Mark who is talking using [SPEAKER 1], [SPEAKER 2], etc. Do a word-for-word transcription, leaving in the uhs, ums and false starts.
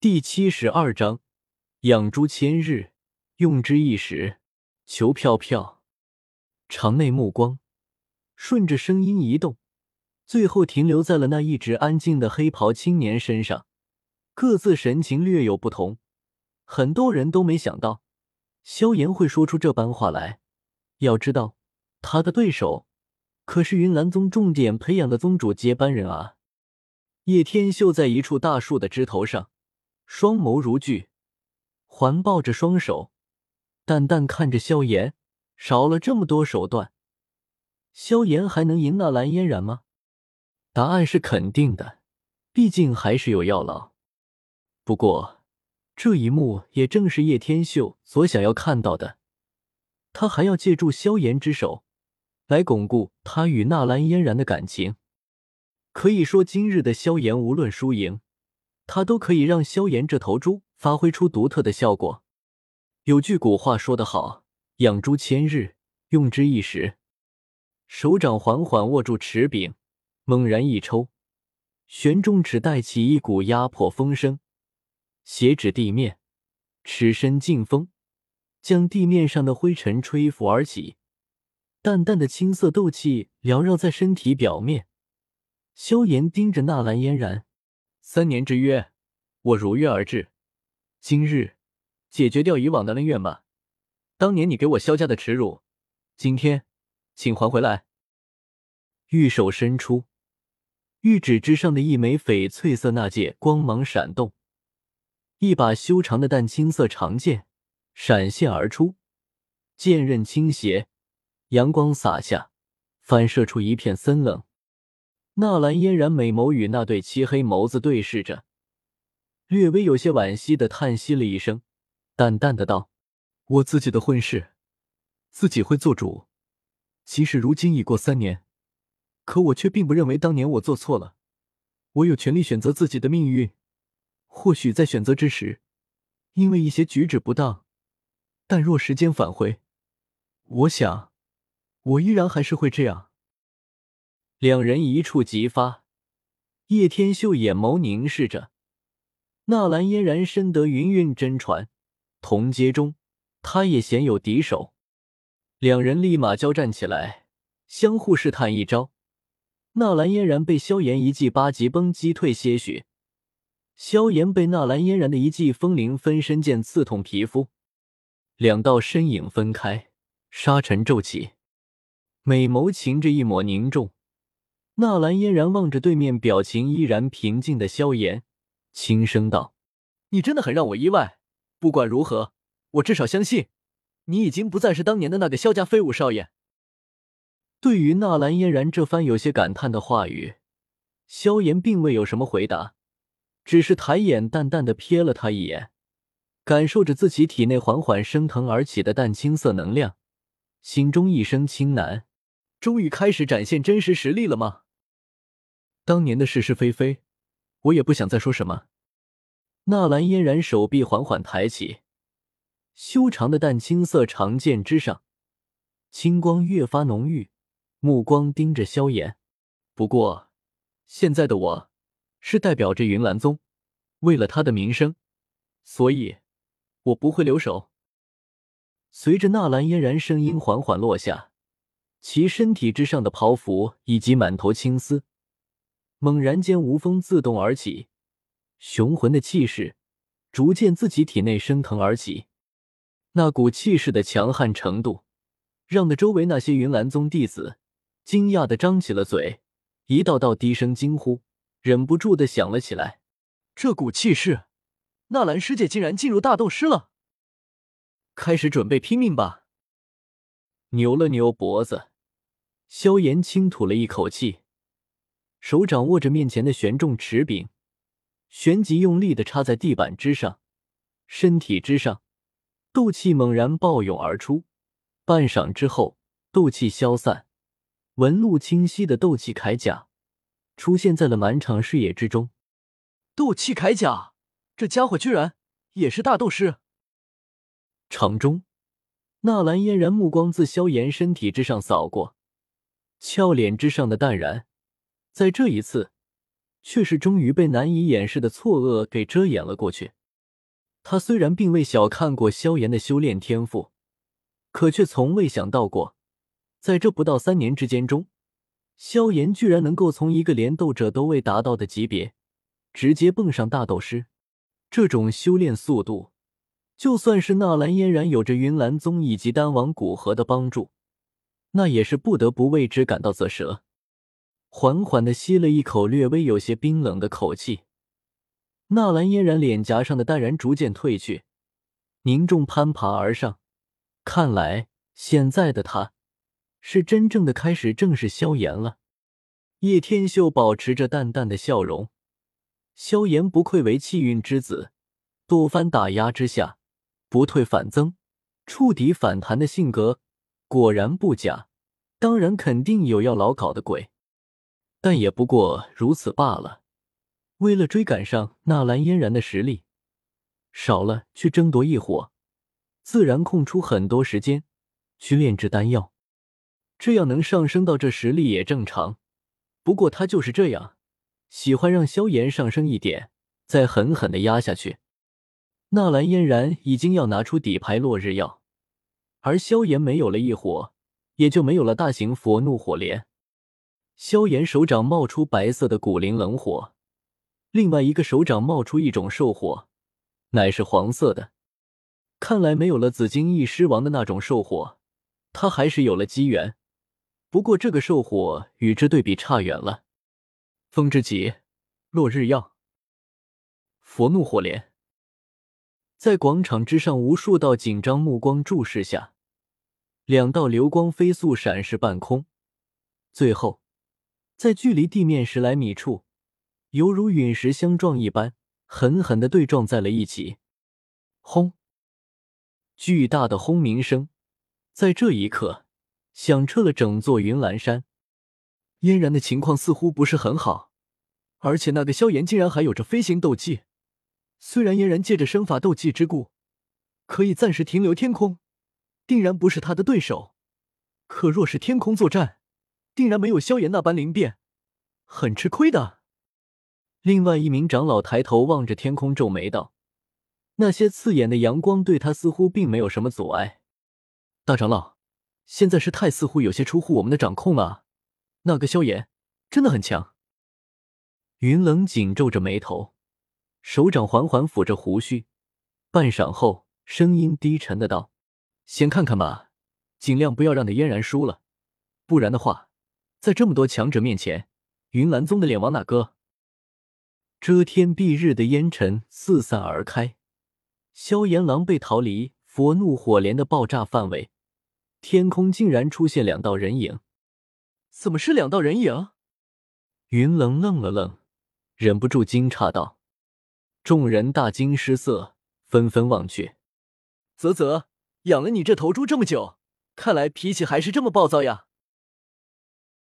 [SPEAKER 1] 第七十二章，养猪千日，用之一时。求票票。场内目光顺着声音移动，最后停留在了那一直安静的黑袍青年身上，各自神情略有不同。很多人都没想到萧炎会说出这般话来。要知道，他的对手可是云岚宗重点培养的宗主接班人啊。叶天秀在一处大树的枝头上，双眸如炬，环抱着双手，淡淡看着萧炎。少了这么多手段，萧炎还能赢那蓝嫣然吗？答案是肯定的，毕竟还是有药老。不过这一幕也正是叶天秀所想要看到的，他还要借助萧炎之手来巩固他与纳兰嫣然的感情。可以说今日的萧炎无论输赢，他都可以让萧炎这头猪发挥出独特的效果。有句古话说得好，养猪千日，用之一时。手掌缓缓握住尺柄，猛然一抽，悬中尺带起一股压迫风声，斜指地面，尺身劲风，将地面上的灰尘吹拂而起，淡淡的青色斗气缭绕在身体表面。萧炎盯着纳兰嫣然，三年之约，我如约而至，今日解决掉以往的恩怨吧。当年你给我萧家的耻辱，今天请还回来。玉手伸出，玉指之上的一枚翡翠色纳戒光芒闪动，一把修长的淡青色长剑闪现而出，剑刃倾斜，阳光洒下，反射出一片森冷。纳兰嫣然美眸与那对漆黑眸子对视着，略微有些惋惜地叹息了一声，淡淡的道：我自己的婚事自己会做主，即使如今已过三年，可我却并不认为当年我做错了。我有权利选择自己的命运，或许在选择之时因为一些举止不当，但若时间返回，我想我依然还是会这样。两人一触即发，叶天秀眼眸凝视着纳兰嫣然，深得云韵真传，同阶中他也鲜有敌手。两人立马交战起来，相互试探一招。纳兰嫣然被萧炎一记八级崩击退些许，萧炎被纳兰嫣然的一记风灵分身剑刺痛皮肤，两道身影分开，沙尘骤起，美眸噙着一抹凝重。纳兰嫣然望着对面表情依然平静的萧炎，轻声道：你真的很让我意外，不管如何，我至少相信你已经不再是当年的那个萧家飞舞少爷。对于纳兰嫣然这番有些感叹的话语，萧炎并未有什么回答，只是抬眼淡淡的瞥了他一眼，感受着自己体内缓缓升腾而起的淡青色能量，心中一声轻喃：终于开始展现真实实力了吗？当年的是是非非，我也不想再说什么。纳兰嫣然手臂缓缓抬起，修长的淡青色长剑之上，青光越发浓郁，目光盯着萧炎。不过现在的我是代表着云岚宗，为了他的名声，所以我不会留手。随着纳兰嫣然声音缓缓落下，其身体之上的袍服以及满头青丝猛然间无风自动而起，雄浑的气势逐渐自己体内升腾而起。那股气势的强悍程度，让得周围那些云岚宗弟子惊讶地张起了嘴，一道道低声惊呼忍不住地响了起来。这股气势，纳兰师姐竟然进入大斗师了！开始准备拼命吧！扭了扭脖子，萧炎轻吐了一口气，手掌握着面前的悬重尺柄，旋即用力地插在地板之上，身体之上斗气猛然暴涌而出，半晌之后，斗气消散，纹路清晰的斗气铠甲出现在了满场视野之中。斗气铠甲，这家伙居然也是大斗师！场中，纳兰嫣然目光自萧炎身体之上扫过，俏脸之上的淡然，在这一次却是终于被难以掩饰的错愕给遮掩了过去。他虽然并未小看过萧炎的修炼天赋，可却从未想到过，在这不到三年之间中，萧炎居然能够从一个连斗者都未达到的级别，直接蹦上大斗师。这种修炼速度，就算是纳兰嫣然有着云岚宗以及丹王古河的帮助，那也是不得不为之感到啧舌。缓缓地吸了一口略微有些冰冷的口气，纳兰嫣然脸颊上的淡然逐渐褪去，凝重攀爬而上。看来现在的他是真正的开始正视萧炎了。叶天秀保持着淡淡的笑容，萧炎不愧为气运之子，多番打压之下不退反增，触底反弹的性格果然不假，当然肯定有要牢搞的鬼，但也不过如此罢了。为了追赶上纳兰嫣然的实力，少了去争夺异火，自然空出很多时间去炼制丹药，这样能上升到这实力也正常。不过他就是这样，喜欢让萧炎上升一点，再狠狠地压下去。纳兰嫣然已经要拿出底牌落日药，而萧炎没有了异火，也就没有了大型佛怒火莲。萧炎手掌冒出白色的古灵冷火，另外一个手掌冒出一种兽火，乃是黄色的。看来没有了紫金翼狮王的那种兽火，他还是有了机缘。不过这个兽火与之对比差远了。风之极，落日药，佛怒火莲。在广场之上无数道紧张目光注视下，两道流光飞速闪逝半空，最后在距离地面十来米处，犹如陨石相撞一般，狠狠地对撞在了一起。轰！巨大的轰鸣声在这一刻响彻了整座云岚山。嫣然的情况似乎不是很好，而且那个萧炎竟然还有着飞行斗技。虽然嫣然借着生法斗技之故可以暂时停留天空，定然不是他的对手，可若是天空作战，定然没有萧炎那般灵便，很吃亏的。另外一名长老抬头望着天空皱眉道，那些刺眼的阳光对他似乎并没有什么阻碍。大长老，现在事态似乎有些出乎我们的掌控了，那个萧炎真的很强。云冷紧皱着眉头，手掌缓缓抚着胡须，半晌后声音低沉的道，先看看吧，尽量不要让那嫣然输了，不然的话在这么多强者面前，云岚宗的脸往哪搁？遮天蔽日的烟尘四散而开，萧炎狼狈逃离佛怒火莲的爆炸范围，天空竟然出现两道人影。怎么是两道人影？云冷愣了愣，忍不住惊诧道。众人大惊失色，纷纷望去。啧啧，养了你这头猪这么久，看来脾气还是这么暴躁呀。